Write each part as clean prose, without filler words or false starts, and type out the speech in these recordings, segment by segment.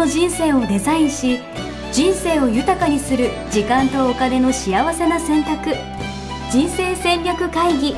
の人生をデザインし、人生を豊かにする時間とお金の幸せな選択、人生戦略会議。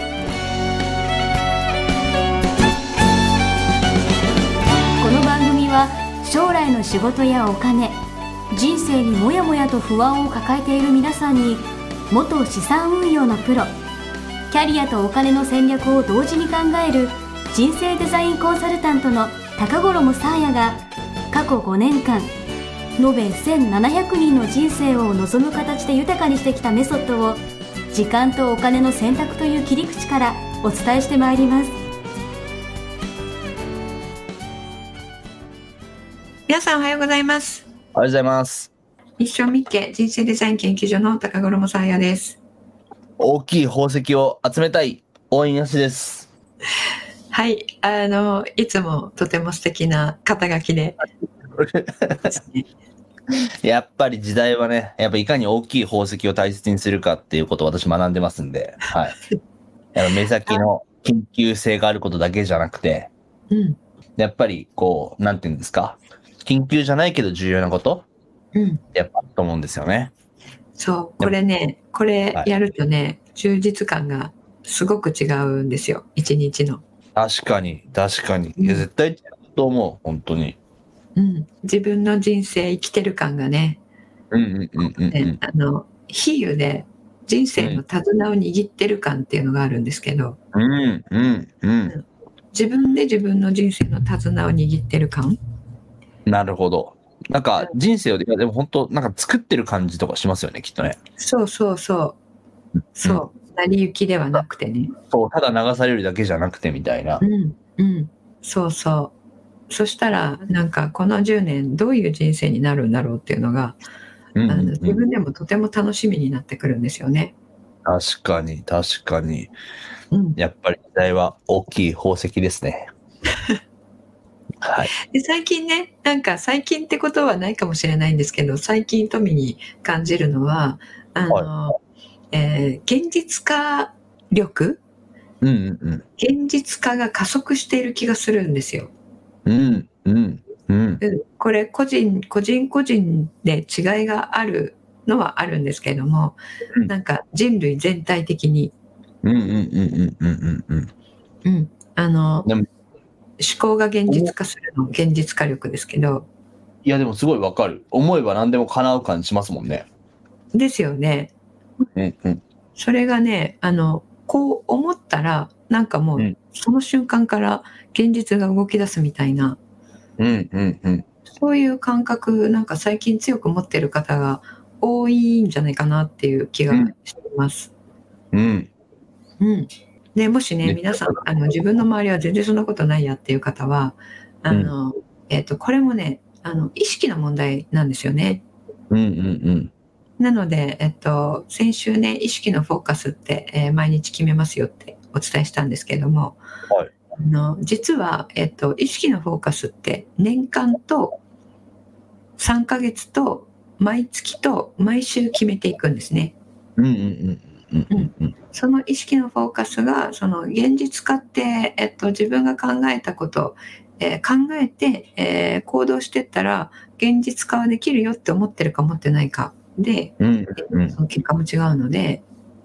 この番組は将来の仕事やお金、人生にもやもやと不安を抱えている皆さんに、元資産運用のプロ、キャリアとお金の戦略を同時に考える人生デザインコンサルタントの高頃もさあやが、過去5年間延べ1700人の人生を望む形で豊かにしてきたメソッドを、時間とお金の選択という切り口からお伝えしてまいります。 皆さんおはようございます。 おはようございます。 ミッションミッケ人生デザイン研究所の高頃もさあやです。 大きい宝石を集めたい大井なしです。 はい、いつもとても素敵な肩書きでやっぱり時代はね、やっぱいかに大きい宝石を大切にするかっていうことを私学んでますんで、はい。やっぱ目先の緊急性があることだけじゃなくて、やっぱりこう、なんていうんですか、緊急じゃないけど重要なこと、やっぱと思うんですよね。 そう、これやるとね、充実感がすごく違うんですよ、一日の。確かに。いや、絶対違うと思う、本当に。 自分の人生生きてる感がね、比喩で人生の手綱を握ってる感っていうのがあるんですけど、自分で自分の人生の手綱を握ってる感。 なるほど。なんか人生をでも本当なんか作ってる感じとかしますよね、きっとね。 そう、成り行きではなくてね。 そう、ただ流されるだけじゃなくてみたいな。 そう。そしたらなんかこの10年どういう人生になるんだろうっていうのが、自分でもとても楽しみになってくるんですよね。 確かに。やっぱり時代は大きい宝石ですね。はい。 で最近ね、なんか最近ってことはないかもしれないんですけど、最近富に感じるのは現実化力、現実化が加速している気がするんですよ。これ個人で違いがあるのはあるんですけれども、なんか人類全体的に思考が現実化するの、現実化力ですけど。 いやでもすごいわかる。思えば何でも叶う感じしますもんね。 ですよね。それがね、こう思ったらなんかもうその瞬間から現実が動き出すみたいな、そういう感覚なんか最近強く持ってる方が多いんじゃないかなっていう気がしています。でもしね、皆さん自分の周りは全然そんなことないやっていう方はこれもね意識の問題なんですよね。なので、先週ね、意識のフォーカスって、毎日決めますよってお伝えしたんですけども、実は、意識のフォーカスって年間と3ヶ月と毎月と毎週決めていくんですね。その意識のフォーカスがその現実化って、自分が考えたこと、考えて、行動していったら現実化はできるよって思ってるか思ってないかで、その結果も違うので、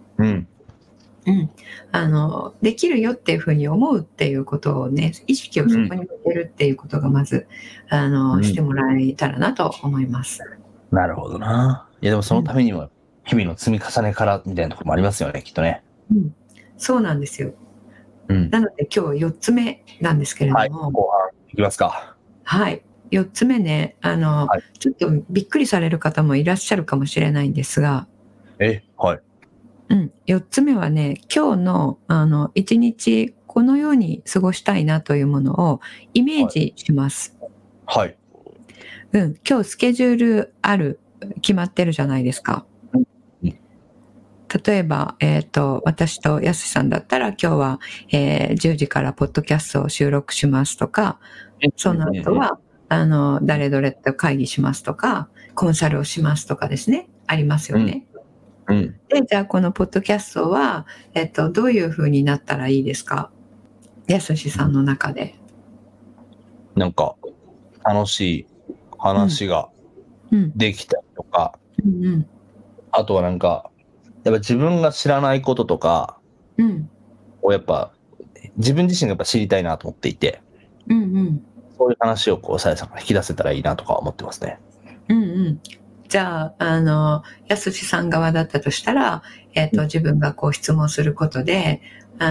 できるよっていうふうに思うっていうことをね、意識をそこに向けるっていうことがまずしてもらえたらなと思います。 なるほどな。いやでもそのためには日々の積み重ねからみたいなところもありますよね、きっとね。 そうなんですよ。なので今日4つ目なんですけれども、 後半いきますか。 はい、4つ目ね、ちょっとびっくりされる方もいらっしゃるかもしれないんですが、4つ目はね、今日の1日このように過ごしたいなというものをイメージします。今日スケジュール決まってるじゃないですか。例えば、私とやすしさんだったら今日は、10時からポッドキャストを収録しますとか、その後は誰々と会議しますとか、コンサルをしますとかですね、ありますよね。で、じゃあこのポッドキャストは、どういう風になったらいいですか？やすしさんの中で。 なんか楽しい話ができたりとか、あとはなんか、やっぱ自分が知らないこととかをやっぱ自分自身がやっぱ知りたいなと思っていて、そういう話をこうさやさんから引き出せたらいいなとか思ってますね。 じゃあ、やすしさん側だったとしたら、自分がこう質問することで、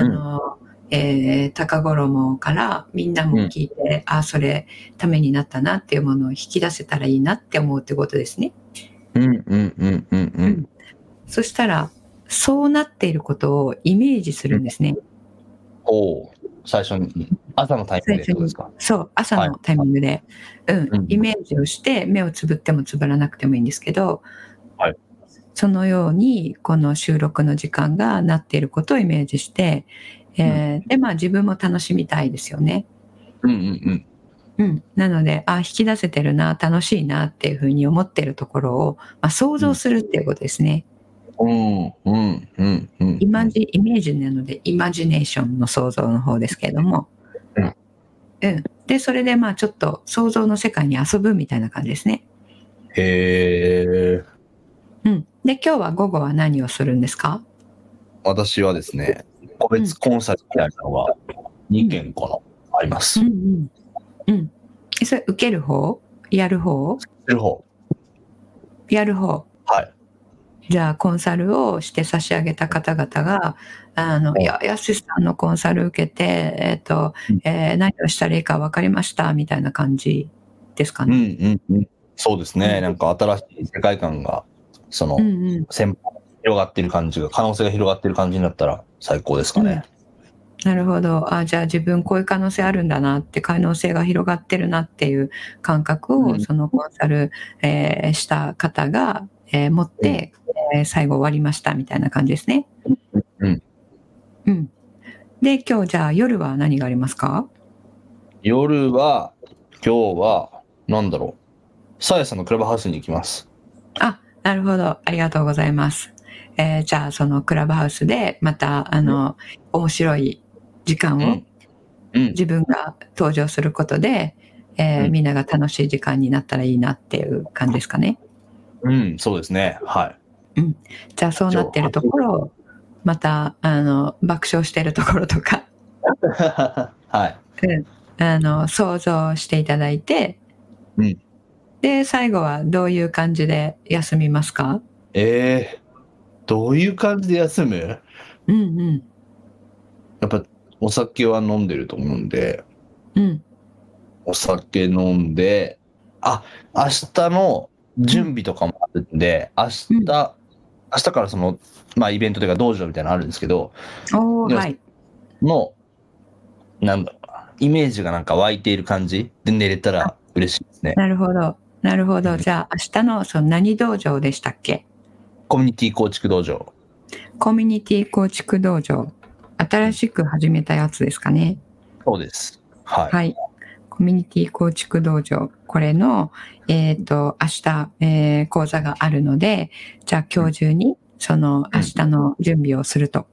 高衣からみんなも聞いて、それためになったなっていうものを引き出せたらいいなって思うってことですね。そしたら、そうなっていることをイメージするんですね。 最初に、朝のタイミングでどうですか？ そう、朝のタイミングで、イメージをして、目をつぶってもつぶらなくてもいいんですけど、そのように、この収録の時間がなっていることをイメージして、で、自分も楽しみたいですよね。なので、引き出せてるな、楽しいなっていうふうに思っているところを、想像するっていうことですね。イメージなので、イマジネーションの想像の方ですけれども、で、それでちょっと想像の世界に遊ぶみたいな感じですね。 へー。 で、今日は午後は何をするんですか？ 私はですね、個別コンサルみたいなのが2件かな、あります。 それ受ける方？やる方？やる方。 はい。 じゃあコンサルをして差し上げた方々が、やすしさんのコンサル受けて、何をしたらいいか分かりましたみたいな感じですかね。 そうですね。なんか新しい世界観が、先方広がっている感じが、可能性が広がっている感じになったら最高ですかね。 なるほど。じゃあ自分こういう可能性あるんだなって、可能性が広がってるなっていう感覚を、そのコンサル、した方が、持って、最後終わりましたみたいな感じですね。で、今日じゃあ夜は何がありますか？ 夜は、今日は、なんだろう。さやさんのクラブハウスに行きます。 なるほど。ありがとうございます。じゃあそのクラブハウスでまた、面白い時間を、自分が登場することで、みんなが楽しい時間になったらいいなっていう感じですかね。 そうですね。はい。 じゃあそうなってるところを、また、爆笑してるところとか、想像していただいて、で、最後はどういう感じで休みますか？ どういう感じで休む？やっぱお酒は飲んでると思うんで、お酒飲んで、明日の準備とかもあるんで、明日からその、イベントというか道場みたいなのあるんですけど、なんだろうな、イメージがなんか湧いている感じで寝れたら嬉しいですね。 なるほど。じゃあ明日のその何道場でしたっけ？ コミュニティ構築道場。 コミュニティ構築道場。新しく始めたやつですかね。 そうです。はい。 コミュニティ構築道場。これの、明日、講座があるので、じゃあ今日中にその明日の準備をすると。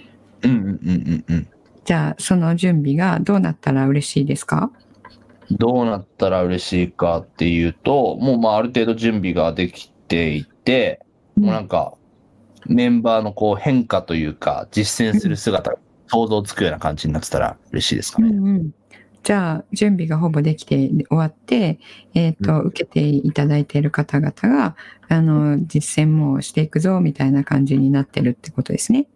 じゃあその準備がどうなったら嬉しいですか？ どうなったら嬉しいかっていうと、もうある程度準備ができていて、もうなんかメンバーのこう変化というか実践する姿が想像つくような感じになってたら嬉しいですかね。 じゃあ準備がほぼできて終わって、受けていただいている方々が実践もしていくぞみたいな感じになってるってことですね。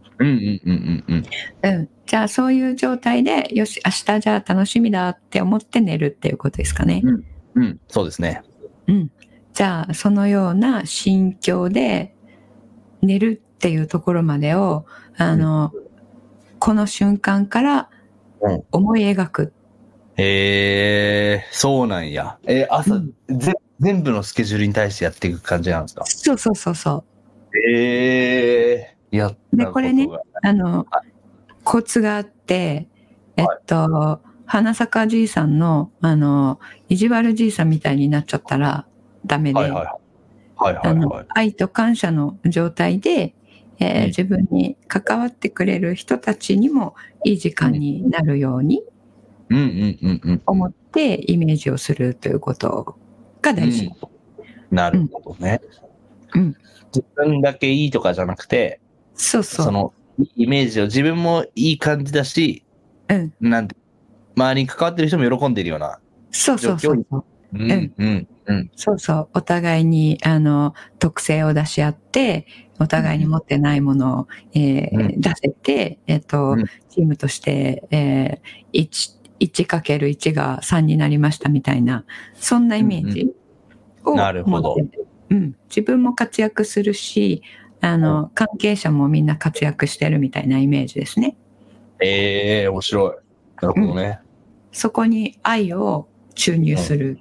じゃあそういう状態で、よし、明日じゃあ楽しみだって思って寝るっていうことですかね。 そうですね。 じゃあそのような心境で寝るっていうところまでを、この瞬間から思い描く。 そうなんや。朝、全部のスケジュールに対してやっていく感じなんですか？ そう。 やったで、これね、コツがあって、花坂じいさんの、意地悪じいさんみたいになっちゃったらダメで、愛と感謝の状態で、自分に関わってくれる人たちにもいい時間になるように思ってイメージをするということが大事。 なるほどね。自分だけいいとかじゃなくて、 そうそう。 そのイメージを自分もいい感じだし、なんて周りに関わってる人も喜んでるようなそうそうそう。そうそう。お互いに、特性を出し合って、お互いに持ってないものを、出せて、チームとして、1×1 が3になりましたみたいな、そんなイメージを持って、 なるほど。 自分も活躍するし、関係者もみんな活躍してるみたいなイメージですね。 面白い。なるほどね。 そこに愛を注入する。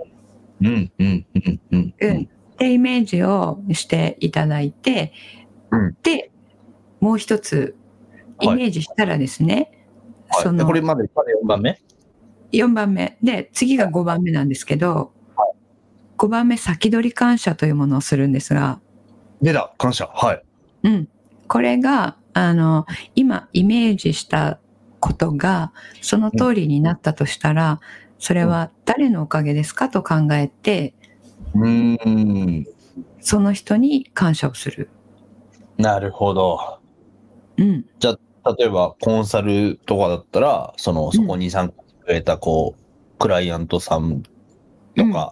ってイメージをしていただいて、で、もう一つ、イメージしたらですね、 これまで4番目 ?4 番目。で、次が5番目なんですけど、5番目、先取り感謝というものをするんですが。 出た、感謝。はい。 これが、今、イメージしたことが、その通りになったとしたら、それは誰のおかげですかと考えて、その人に感謝をする。 なるほど。じゃあ、例えばコンサルとかだったら、そこに参加してくれた、クライアントさんとか、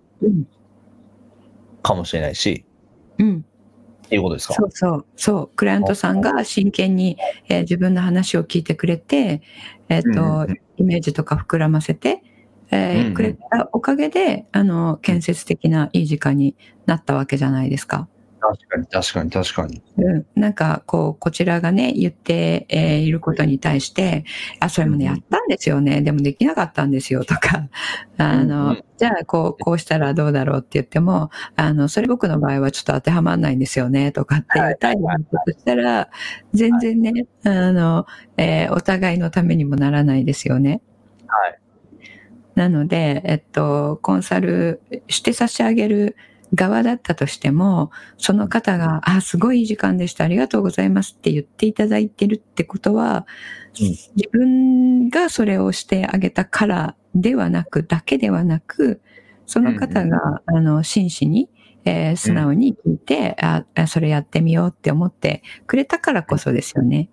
かもしれないし、っていうことですか？ そう。クライアントさんが真剣に、自分の話を聞いてくれて、イメージとか膨らませて、くれたおかげで、建設的ないい時間になったわけじゃないですか。 確かに。 なんか、こちらがね、言っていることに対して、それもね、やったんですよね。でもできなかったんですよ、とか、じゃあ、こうしたらどうだろうって言っても、それ僕の場合はちょっと当てはまんないんですよね、とかって言ったりとしたら、全然ね、お互いのためにもならないですよね。なので、コンサルして差し上げる側だったとしても、その方が、すごいいい時間でした、ありがとうございますって言っていただいてるってことは、自分がそれをしてあげたからだけではなく、その方が、真摯に、素直に聞いて、それやってみようって思ってくれたからこそですよね。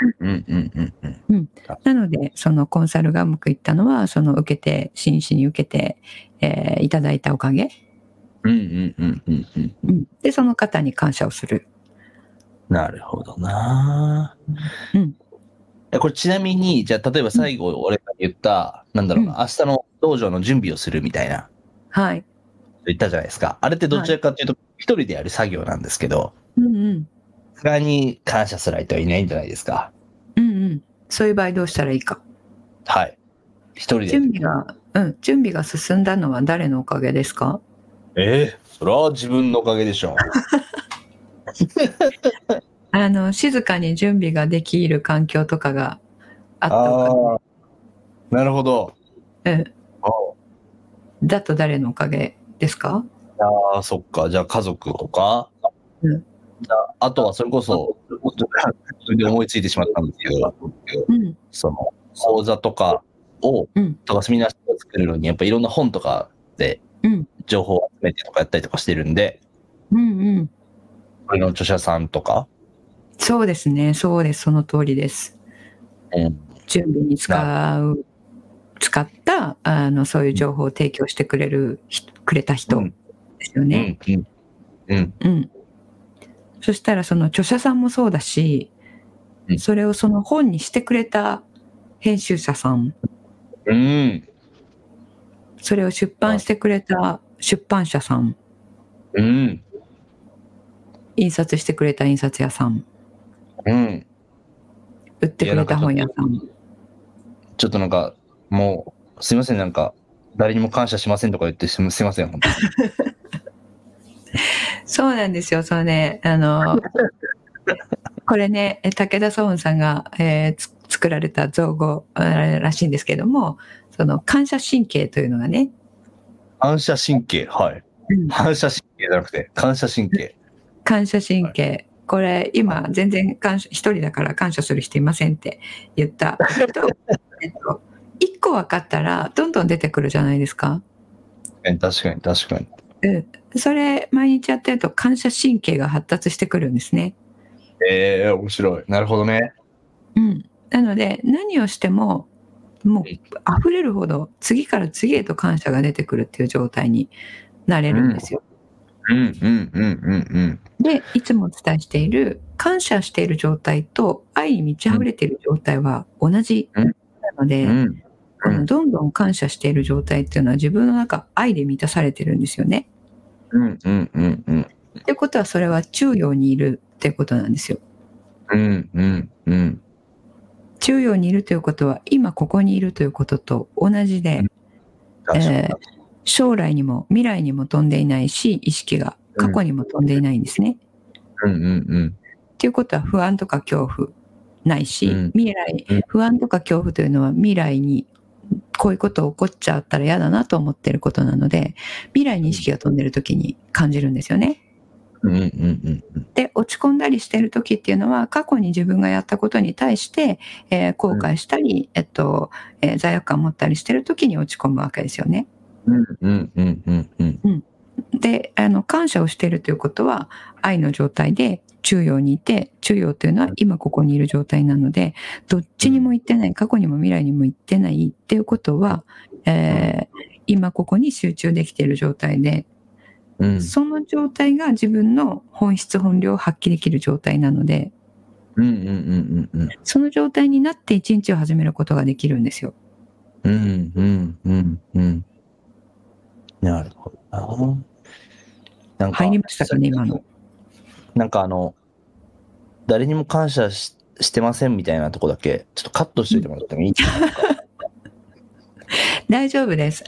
なので、そのコンサルがうまくいったのは、真摯に受けて、いただいたおかげ。で、その方に感謝をする。 なるほどな。これちなみに、じゃあ例えば最後俺が言った、明日の道場の準備をするみたいな。言ったじゃないですか。あれってどちらかというと、一人でやる作業なんですけど、さすがに感謝する相手はいないんじゃないですか。 そういう場合どうしたらいいか。 一人で。 準備が進んだのは誰のおかげですか？ それは自分のおかげでしょう。静かに準備ができる環境とかがあったおかげ。なるほど。 だと誰のおかげですか？ そっか。じゃあ家族とか、あとはそれこそ、それで思いついてしまったんですけど、その講座とかセミナーを作るのに、やっぱいろんな本とかで情報を集めてとかやったりとかしてるんで、これの著者さんとか。 そうですね、そうです、その通りです。準備に使ったそういう情報を提供してくれた人ですよね。そしたらその著者さんもそうだし、それをその本にしてくれた編集者さん、それを出版してくれた出版社さん、印刷してくれた印刷屋さん、売ってくれた本屋さん。 ちょっとなんかもうすいません、誰にも感謝しませんとか言ってすいません本当に。 そうなんですよ。そうね、これね、武田壮雲さんが、作られた造語らしいんですけども、その感謝神経というのがね。 感謝神経、反射神経じゃなくて感謝神経。 感謝神経。これ今全然一人だから感謝する人いませんって言ったけど、一個分かったらどんどん出てくるじゃないですか。 確かに。 それ毎日やってると感謝神経が発達してくるんですね。 面白い。なるほどね。 なので何をしてももう溢れるほど次から次へと感謝が出てくるっていう状態になれるんですよ。で、いつもお伝えしている感謝している状態と愛に満ち溢れている状態は同じなので、このどんどん感謝している状態っていうのは自分の中愛で満たされてるんですよね。ってことはそれは中庸にいるってことなんですよ。中庸にいるということは今ここにいるということと同じで、将来にも未来にも飛んでいないし、意識が過去にも飛んでいないんですね。っていうことは不安とか恐怖ないし、不安とか恐怖というのは未来にこういうこと起こっちゃったら嫌だなと思っていることなので、未来に意識が飛んでる時に感じるんですよね。で、落ち込んだりしてる時っていうのは過去に自分がやったことに対して、後悔したり、罪悪感を持ったりしてる時に落ち込むわけですよね。で、感謝をしているということは愛の状態で中庸にいて、中庸というのは今ここにいる状態なので、どっちにも行ってない、過去にも未来にも行ってないっていうことは、今ここに集中できている状態で、その状態が自分の本質本領を発揮できる状態なので、その状態になって一日を始めることができるんですよ。 なるほどな。 入りましたかね、今の。 なんか誰にも感謝してませんみたいなとこだけちょっとカットしておいてもらってもいいですか？ 大丈夫です。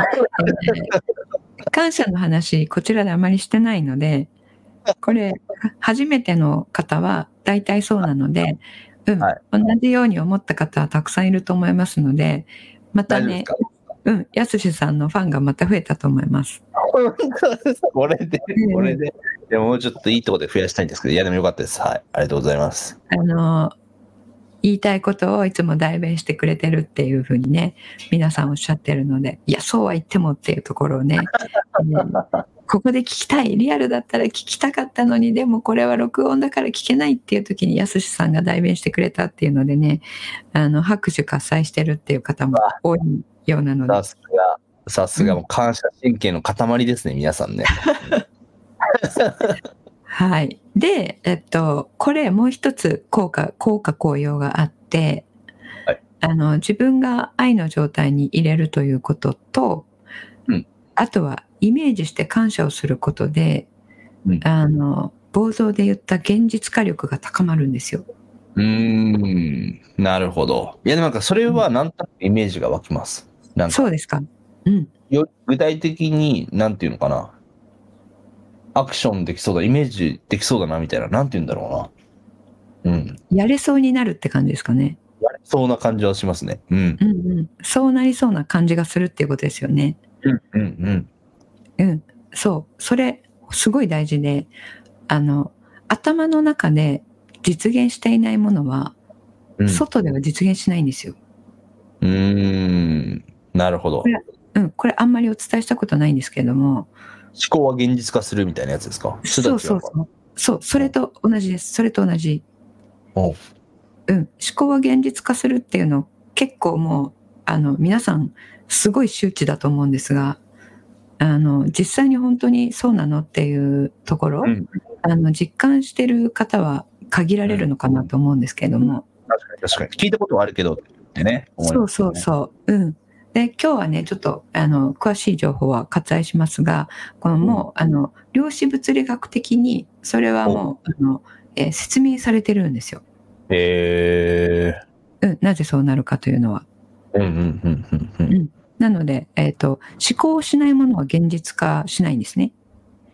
感謝の話こちらであまりしてないので、これ初めての方は大体そうなので、同じように思った方はたくさんいると思いますので、またね、やすしさんのファンがまた増えたと思います。 これででももうちょっといいところで増やしたいんですけど、いやでもよかったです。はい、ありがとうございます。 言いたいことをいつも代弁してくれてるっていうふうにね、皆さんおっしゃってるので、いやそうは言ってもっていうところをね、ここで聞きたい、リアルだったら聞きたかったのに、でもこれは録音だから聞けないっていう時にやすしさんが代弁してくれたっていうのでね、拍手喝采してるっていう方も多いようなので、 さすがもう感謝神経の塊ですね、皆さんね。 はい。で、これもう一つ効果効用があって、自分が愛の状態に入れるということと、あとはイメージして感謝をすることで、冒頭で言った現実化力が高まるんですよ。 なるほど。いやでもなんかそれはなんとなくイメージが湧きます。 そうですか。 具体的になんていうのかな。アクションできそうだ、イメージできそうだなみたいな、なんて言うんだろうな。 やれそうになるって感じですかね。 やれそうな感じはしますね。 そうなりそうな感じがするっていうことですよね。そう。それ、すごい大事で、頭の中で実現していないものは、外では実現しないんですよ。 なるほど。 これあんまりお伝えしたことないんですけれども、 思考は現実化するみたいなやつですか？ そう、それと同じです。それと同じ。思考は現実化するっていうの結構もう皆さんすごい周知だと思うんですが、実際に本当にそうなのっていうところ、実感してる方は限られるのかなと思うんですけれども、 確かに聞いたことはあるけどってね。 で、今日はね、ちょっと、詳しい情報は割愛しますが、このもう、量子物理学的に、それはもう、説明されてるんですよ。なぜそうなるかというのは。なので、思考をしないものは現実化しないんですね。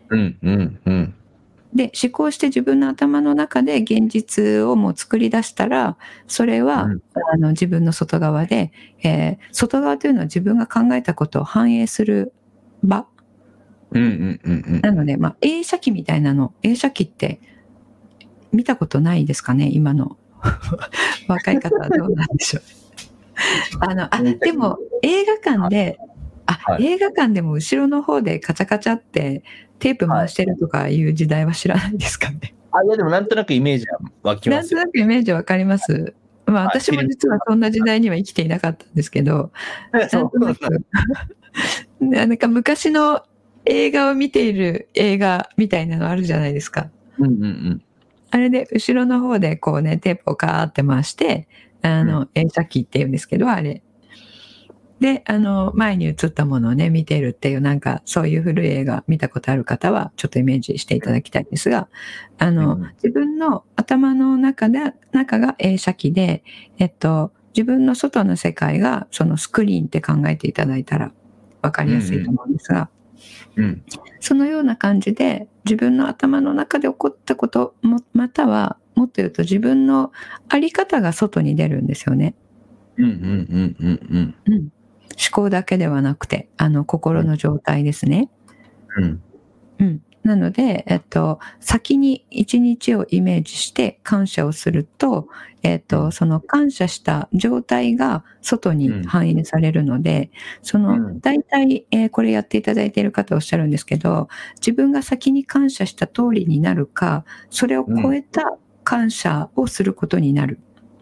で、思考して自分の頭の中で現実をもう作り出したら、それは、自分の外側で、外側というのは自分が考えたことを反映する場。なので、映写機みたいなの、映写機って見たことないですかね、今の若い方はどうなんでしょう。でも映画館で、 映画館でも後ろの方でカチャカチャってテープ回してるとかいう時代は知らないですかね。 いやでもなんとなくイメージは湧きますよ。 なんとなくイメージわかります。まあ私も実はそんな時代には生きていなかったんですけど、なんか昔の映画を見ている映画みたいなのあるじゃないですか。あれで後ろの方でこうね、テープをカーって回して、映写機って言うんですけど、あれ。で、前に映ったものをね、見てるっていう、なんか、そういう古い映画見たことある方は、ちょっとイメージしていただきたいんですが、自分の頭の中が映写機で、自分の外の世界がそのスクリーンって考えていただいたら分かりやすいと思うんですが、そのような感じで、自分の頭の中で起こったことも、または、もっと言うと自分のあり方が外に出るんですよね。思考だけではなくて、心の状態ですね。なので、先に一日をイメージして感謝をすると、その感謝した状態が外に反映されるので、大体、これやっていただいている方おっしゃるんですけど、自分が先に感謝した通りになるか、それを超えた感謝をすることになる。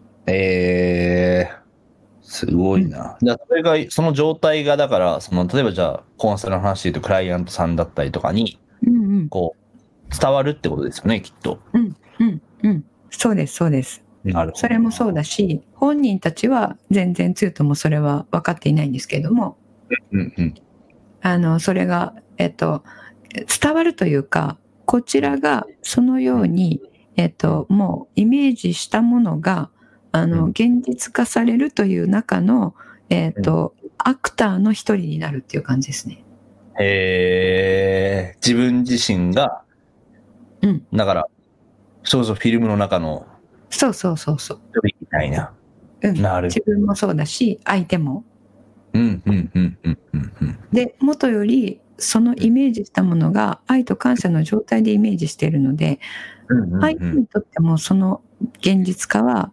すごいな。それが、その状態が、だから、例えばじゃあ、コンサルの話で言うと、クライアントさんだったりとかに、こう、伝わるってことですよね、きっと。 そうです、そうです。それもそうだし、本人たちは全然つゆともそれは分かっていないんですけれども、それが、伝わるというか、こちらがそのように、もうイメージしたものが、現実化されるという中の、アクターの一人になるっていう感じですね。 自分自身が、だから、そうそう、フィルムの中の、 そう。 一人みたいな。 自分もそうだし、相手も。で、元より、そのイメージしたものが愛と感謝の状態でイメージしているので、相手にとってもその現実化は、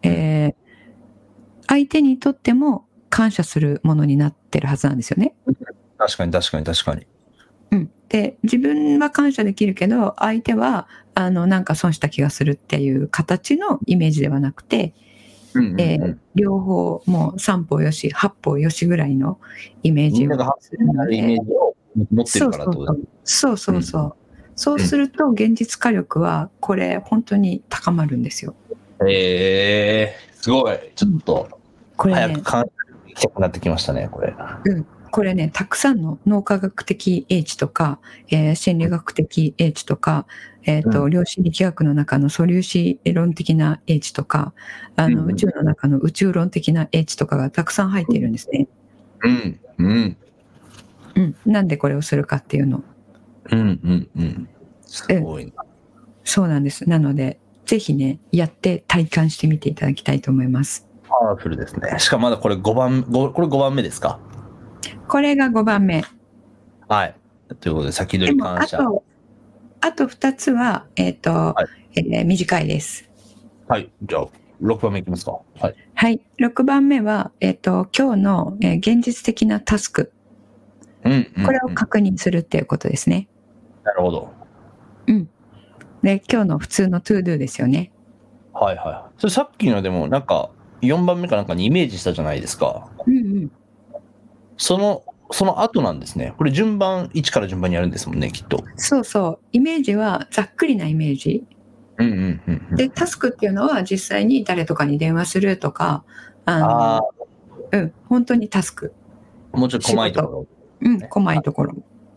相手にとっても感謝するものになってるはずなんですよね。 確かに。 で、自分は感謝できるけど、相手は、なんか損した気がするっていう形のイメージではなくて、両方、もう三方よし、八方よしぐらいのイメージをするので。 イメージを持ってるからってことですね。 そう。そうすると、現実化力は、これ、本当に高まるんですよ。 すごい。ちょっと、早く感じたくなってきましたね、これ。 これね、たくさんの脳科学的英知とか、心理学的英知とか、量子力学の中の素粒子論的な英知とか、宇宙の中の宇宙論的な英知とかがたくさん入っているんですね。なんでこれをするかっていうの。 すごいな。 そうなんです。なので、ぜひね、やって体感してみていただきたいと思います。 パワフルですね。しかもまだこれ5番目ですか？ これが5番目。 はい。ということで、先取り感謝。 あと2つは、短いです。 はい。じゃあ、6番目いきますか。 はい。6番目は、今日の、現実的なタスク。これを確認するっていうことですね。 なるほど。 で、今日の普通のトゥードゥですよね。 それさっきのでも、なんか、4番目かなんかにイメージしたじゃないですか。その後なんですね。これ1から順番にやるんですもんね、きっと。 そう。イメージはざっくりなイメージ。で、タスクっていうのは実際に誰とかに電話するとか、本当にタスク。 もうちょっと細いところ。細いところ。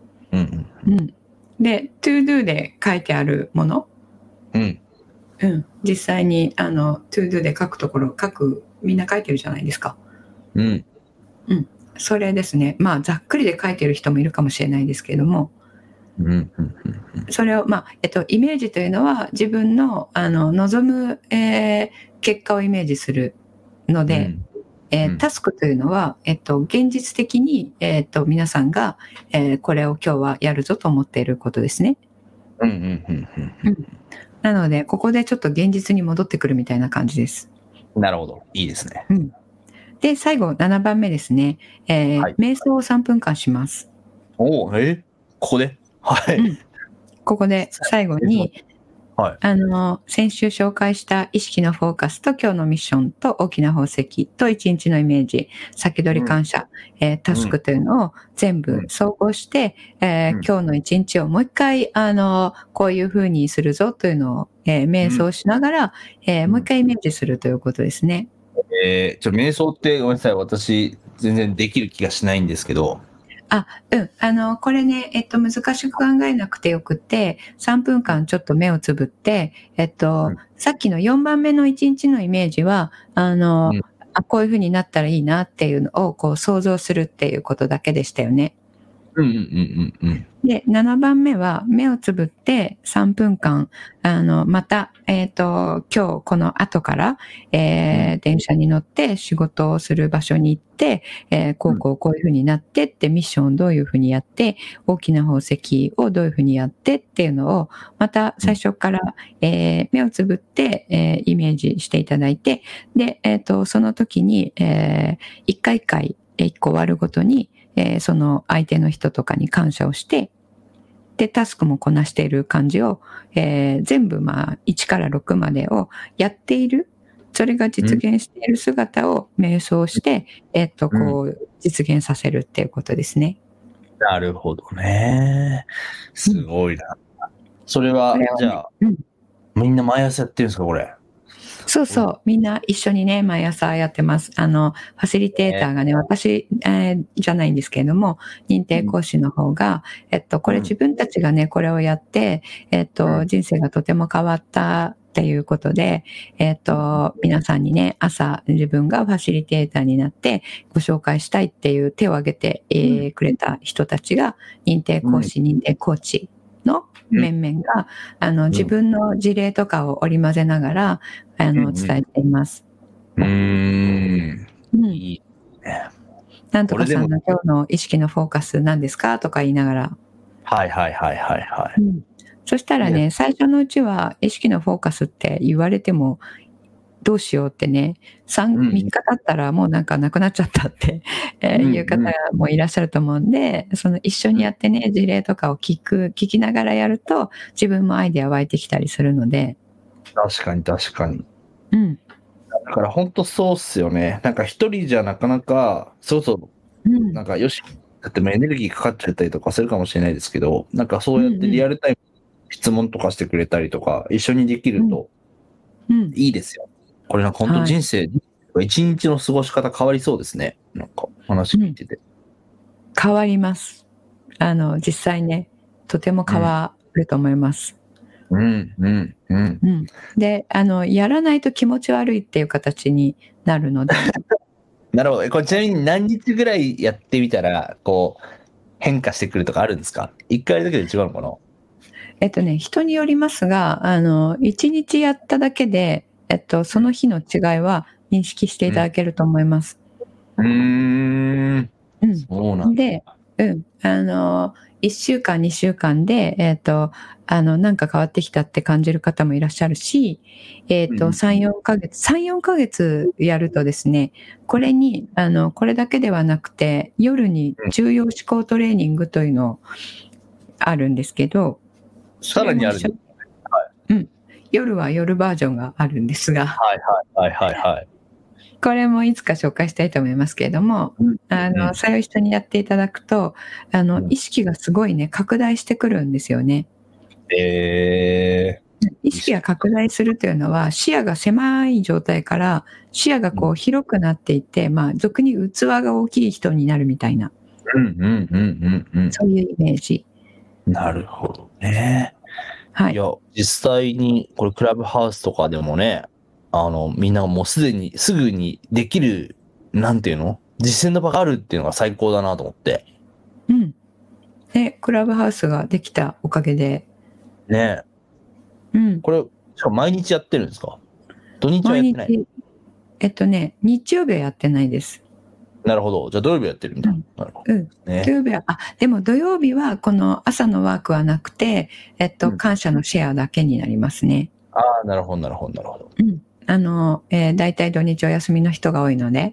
で、to do で書いてあるもの。実際にto do で書くところ、みんな書いてるじゃないですか。それですね。まあ、ざっくりで書いてる人もいるかもしれないですけれども、それを、イメージというのは自分の、望む、結果をイメージするので、タスクというのは、現実的に、皆さんが、これを今日はやるぞと思っていることですね。なので、ここでちょっと現実に戻ってくるみたいな感じです。 なるほど。いいですね。 で、最後7番目ですね。瞑想を3分間します。 ここではい、 ここで最後に、先週紹介した意識のフォーカスと今日のミッションと大きな宝石と一日のイメージ、先取り感謝、タスクというのを全部総合して、今日の一日をもう一回、こういう風にするぞというのを、瞑想しながら、もう一回イメージするということですね。 瞑想ってごめんなさい、私全然できる気がしないんですけど。 これね、難しく考えなくてよくて、3分間ちょっと目をつぶって、さっきの4番目の1日のイメージは、こういう風になったらいいなっていうのをこう想像するっていうことだけでしたよね。で、7番目は目をつぶって3分間、また、今日この後から、電車に乗って仕事をする場所に行って、こういう風になってってミッションをどういう風にやって、大きな宝石をどういう風にやってっていうのを、また最初から、目をつぶって、イメージしていただいて、で、その時に、一回一回、一個終わるごとに、その相手の人とかに感謝をして、で、タスクもこなしている感じを、全部1から6までをやっている、それが実現している姿を瞑想して、こう実現させるっていうことですね。 なるほどね。すごいな。それは、じゃあ、みんな毎朝やってるんですか、これ。 そうそう。みんな一緒にね、毎朝やってます。ファシリテーターがね、私、じゃないんですけれども、認定講師の方が、これ自分たちがね、これをやって、人生がとても変わったっていうことで、皆さんにね、朝自分がファシリテーターになってご紹介したいっていう手を挙げて、くれた人たちが、認定講師、認定コーチの面々が、自分の事例とかを織り交ぜながら、伝えています。いいね。なんとかさんの今日の意識のフォーカス何ですかとか言いながら。そしたらね、最初のうちは意識のフォーカスって言われても、どうしようってね、3日経ったらもうなんかなくなっちゃったっていう方もいらっしゃると思うんで、その一緒にやってね、事例とかを聞きながらやると、自分もアイデア湧いてきたりするので。 確かに。だから本当そうっすよね。なんか一人じゃなかなか、なんかよし、だってエネルギーかかっちゃったりとかするかもしれないですけど、なんかそうやってリアルタイム質問とかしてくれたりとか、一緒にできるといいですよ。これなんか本当人生、一日の過ごし方変わりそうですね。なんか話聞いてて。 変わります。実際ね、とても変わると思います。で、やらないと気持ち悪いっていう形になるので。 なるほど。これちなみに何日ぐらいやってみたら、こう、変化してくるとかあるんですか？一回だけで違うのかな？ 人によりますが、1日やっただけで、その日の違いは認識していただけると思います。 そうなんだ。 で、1週間、2週間で、なんか変わってきたって感じる方もいらっしゃるし、3、4ヶ月やるとですね、これに、これだけではなくて、夜に重要思考トレーニングというのあるんですけど、 さらにある。 夜は夜バージョンがあるんですが、これもいつか紹介したいと思いますけれども、それを一緒にやっていただくと、意識がすごいね、拡大してくるんですよね。意識が拡大するというのは、視野が狭い状態から視野がこう広くなっていって、俗に器が大きい人になるみたいな、そういうイメージ。 なるほどね。いや、実際にこれクラブハウスとかでもね、みんなもうすぐにできる、なんていうの？実践の場があるっていうのが最高だなと思って。 クラブハウスができたおかげで。 ね。これ、しかも毎日やってるんですか？土日はやってない？ 日曜日はやってないです。 なるほど。じゃあ土曜日やってるみたいな。 土曜日は、でも土曜日はこの朝のワークはなくて、感謝のシェアだけになりますね。 なるほど。 だいたい土日お休みの人が多いので、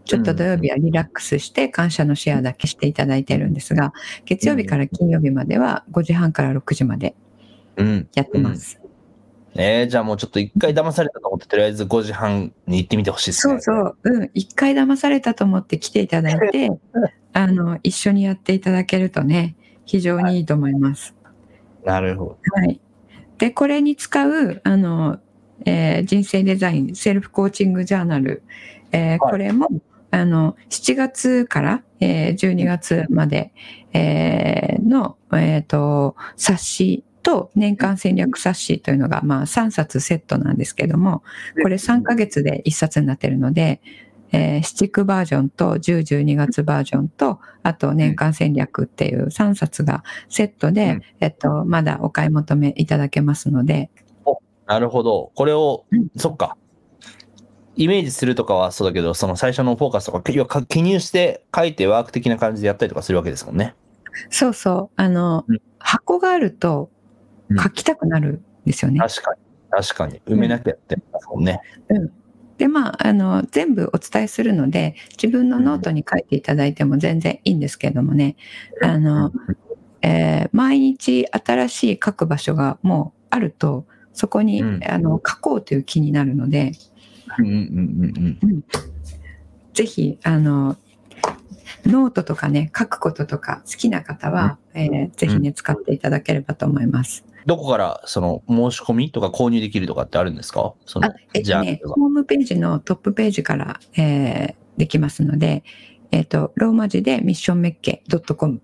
ちょっと土曜日はリラックスして感謝のシェアだけしていただいてるんですが、月曜日から金曜日までは5時半から6時までやってます。 じゃあもうちょっと一回騙されたと思って、とりあえず5時半に行ってみてほしいですね。 そうそう。一回騙されたと思って来ていただいて、一緒にやっていただけるとね、非常にいいと思います。 なるほど。 はい。で、これに使う、人生デザイン、セルフコーチングジャーナル、これも、7月から、12月まで、の、冊子と年間戦略冊子というのが、3冊セットなんですけども、これ3ヶ月で1冊になっているので、7、9バージョンと10、12月バージョンと、あと年間戦略っていう3冊がセットで、まだお買い求めいただけますので。 なるほど。これを、そっか。イメージするとかはそうだけど、その最初のフォーカスとか、要は記入して書いてワーク的な感じでやったりとかするわけですもんね。 そうそう。箱があると書きたくなるんですよね。 確かに。埋めなきゃってますもんね。 で、全部お伝えするので、自分のノートに書いていただいても全然いいんですけどもね、毎日新しい書く場所がもうあると、そこに、書こうという気になるので、ぜひ、ノートとかね、書くこととか好きな方は、ぜひね、使っていただければと思います。 どこから申し込みとか購入できるとかってあるんですか？ ホームページのトップページから、できますので、ローマ字でミッションメッケ .com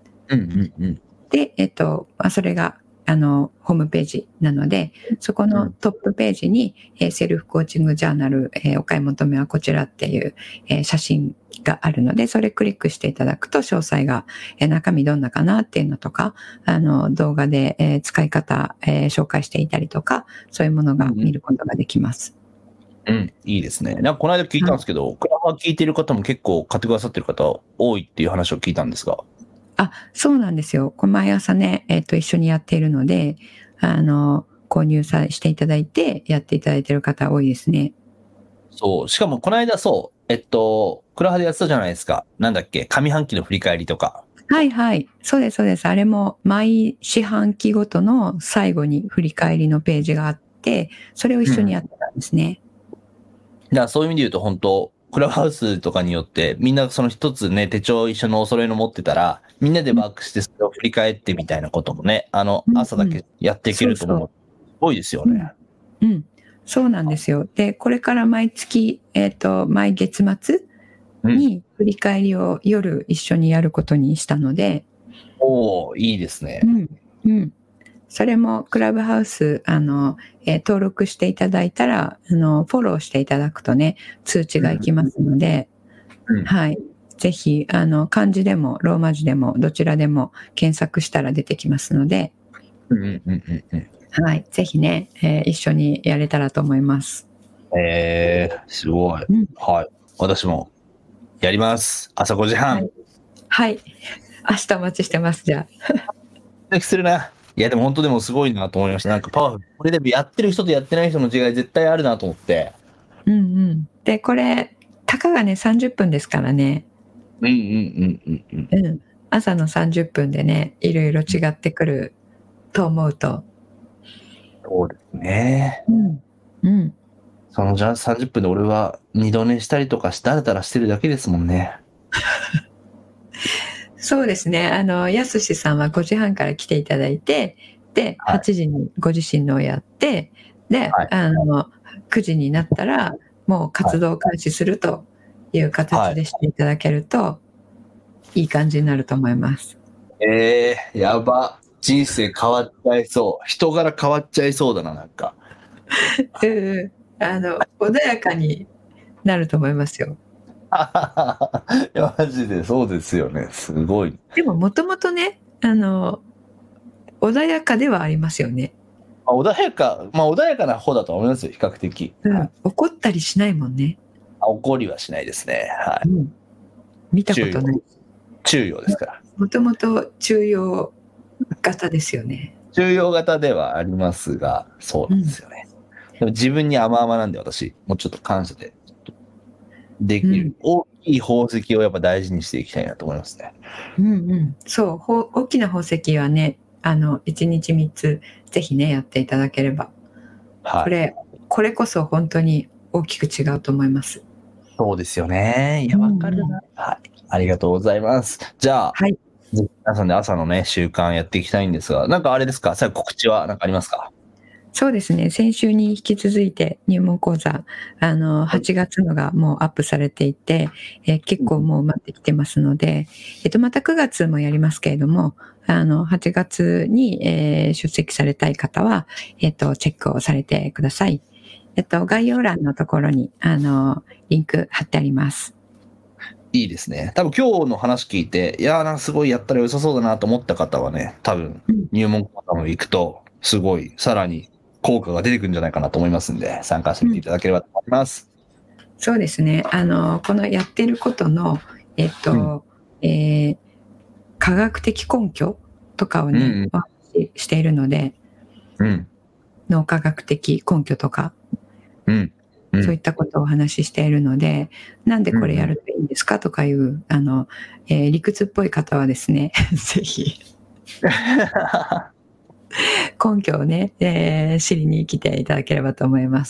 で、それがホームページなので、そこのトップページに、セルフコーチングジャーナル、お買い求めはこちらっていう、写真があるので、それクリックしていただくと詳細が、中身どんなかなっていうのとか、動画で、使い方、紹介していたりとか、そういうものが見ることができます。 いいですね。なんかこの間聞いたんですけど、クラファー聞いてる方も結構買ってくださってる方多いっていう話を聞いたんですが。 そうなんですよ。毎朝ね、一緒にやっているので、購入していただいて、やっていただいている方多いですね。 そう。しかも、この間、クラハでやってたじゃないですか。なんだっけ、上半期の振り返りとか。 はいはい。そうです、そうです。あれも、毎四半期ごとの最後に振り返りのページがあって、それを一緒にやってたんですね。 だからそういう意味で言うと、本当クラブハウスとかによって、みんなその一つね、手帳一緒のお揃いの持ってたら、みんなでワークしてそれを振り返ってみたいなこともね、朝だけやっていけると思う。多いですよね。 そうなんですよ。で、これから毎月、毎月末に振り返りを夜一緒にやることにしたので。 いいですね。 それもクラブハウス、登録していただいたら、フォローしていただくとね、通知がいきますので、はい。ぜひ、漢字でもローマ字でもどちらでも検索したら出てきますので、はい。ぜひね、一緒にやれたらと思います。 すごい。はい。私もやります。朝5時半。 はい。明日お待ちしてます、じゃあ。するな。いや、でも本当でもすごいなと思いました。なんかパワフル。これでもやってる人とやってない人の違い絶対あるなと思って。 で、これ、たかがね、30分ですからね。朝の30分でね、いろいろ違ってくると思うと。 そうですね。そのじゃあ30分で俺は二度寝したりとかだらだらしてるだけですもんね。 そうですね。やすしさんは5時半から来ていただいて、で、8時にご自身のをやって、で、9時になったら、もう活動を開始するという形でしていただけると、いい感じになると思います。 やば。人生変わっちゃいそう。人柄変わっちゃいそうだな、なんか。 穏やかになると思いますよ。 いや、マジでそうですよね。すごい。 でも、もともとね、穏やかではありますよね。 穏やかな方だと思いますよ、比較的。 怒ったりしないもんね。 怒りはしないですね。はい。 見たことない。 中庸ですから。 もともと中庸型ですよね。 中庸型ではありますが、そうなんですよね。でも自分に甘々なんで、私、もうちょっと感謝で。 できる、大きい宝石をやっぱ大事にしていきたいなと思いますね。 そう、大きな宝石はね、1日3つぜひねやっていただければ、これこそ本当に大きく違うと思います。 そうですよね。いや、わかるな。はい。ありがとうございます。じゃあ、皆さんで朝のね、習慣やっていきたいんですが、なんかあれですか、最後告知は何かありますか？ そうですね。先週に引き続いて入門講座、8月のがもうアップされていて、結構もう待ってきてますので、また9月もやりますけれども、8月に、出席されたい方は、チェックをされてください。概要欄のところに、リンク貼ってあります。 いいですね。多分今日の話聞いて、いやーなんかすごいやったら良さそうだなと思った方はね、多分入門講座も行くと、すごいさらに効果が出てくるんじゃないかなと思いますんで、参加してみていただければと思います。 そうですね。このやってることの、科学的根拠とかをね、お話ししているので、脳科学的根拠とか、そういったことをお話ししているので、なんでこれやるといいんですかとかいう、理屈っぽい方はですね、ぜひ根拠をね、知りに来ていただければと思います。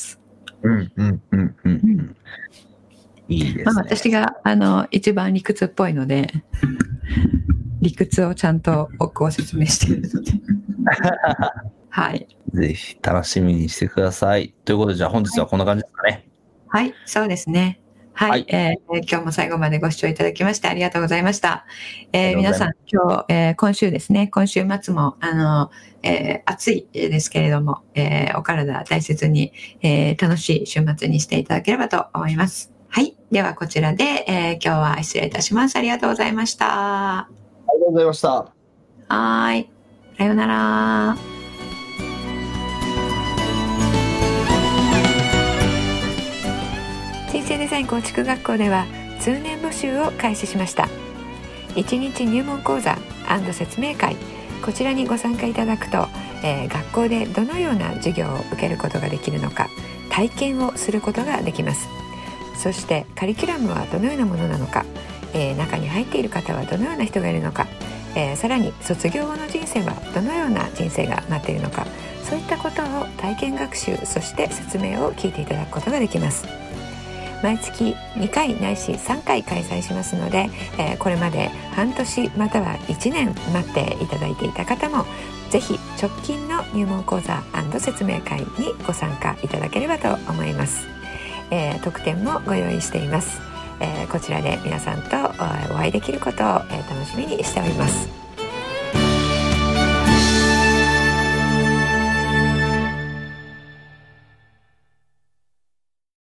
いいですね。 私が一番理屈っぽいので、理屈をちゃんとご説明しているので。はい。 ぜひ楽しみにしてください。ということで、じゃあ本日はこんな感じですかね。 はい、そうですね。はい、今日も最後までご視聴いただきましてありがとうございました。皆さん今週ですね、今週末も暑いですけれども、お体大切に、楽しい週末にしていただければと思います。はい、ではこちらで、今日は失礼いたします。ありがとうございました。 ありがとうございました。 はい、さようなら。人生デザイン構築学校では通年募集を開始しました。1日入門講座&説明会、こちらにご参加いただくと、学校でどのような授業を受けることができるのか体験をすることができます。そしてカリキュラムはどのようなものなのか、中に入っている方はどのような人がいるのか、さらに卒業後の人生はどのような人生が待っているのか、そういったことを体験学習、そして説明を聞いていただくことができます。毎月2回ないし3回開催しますので、これまで半年または1年待っていただいていた方もぜひ直近の入門講座&説明会にご参加いただければと思います。特典もご用意しています。こちらで皆さんとお会いできることを楽しみにしております。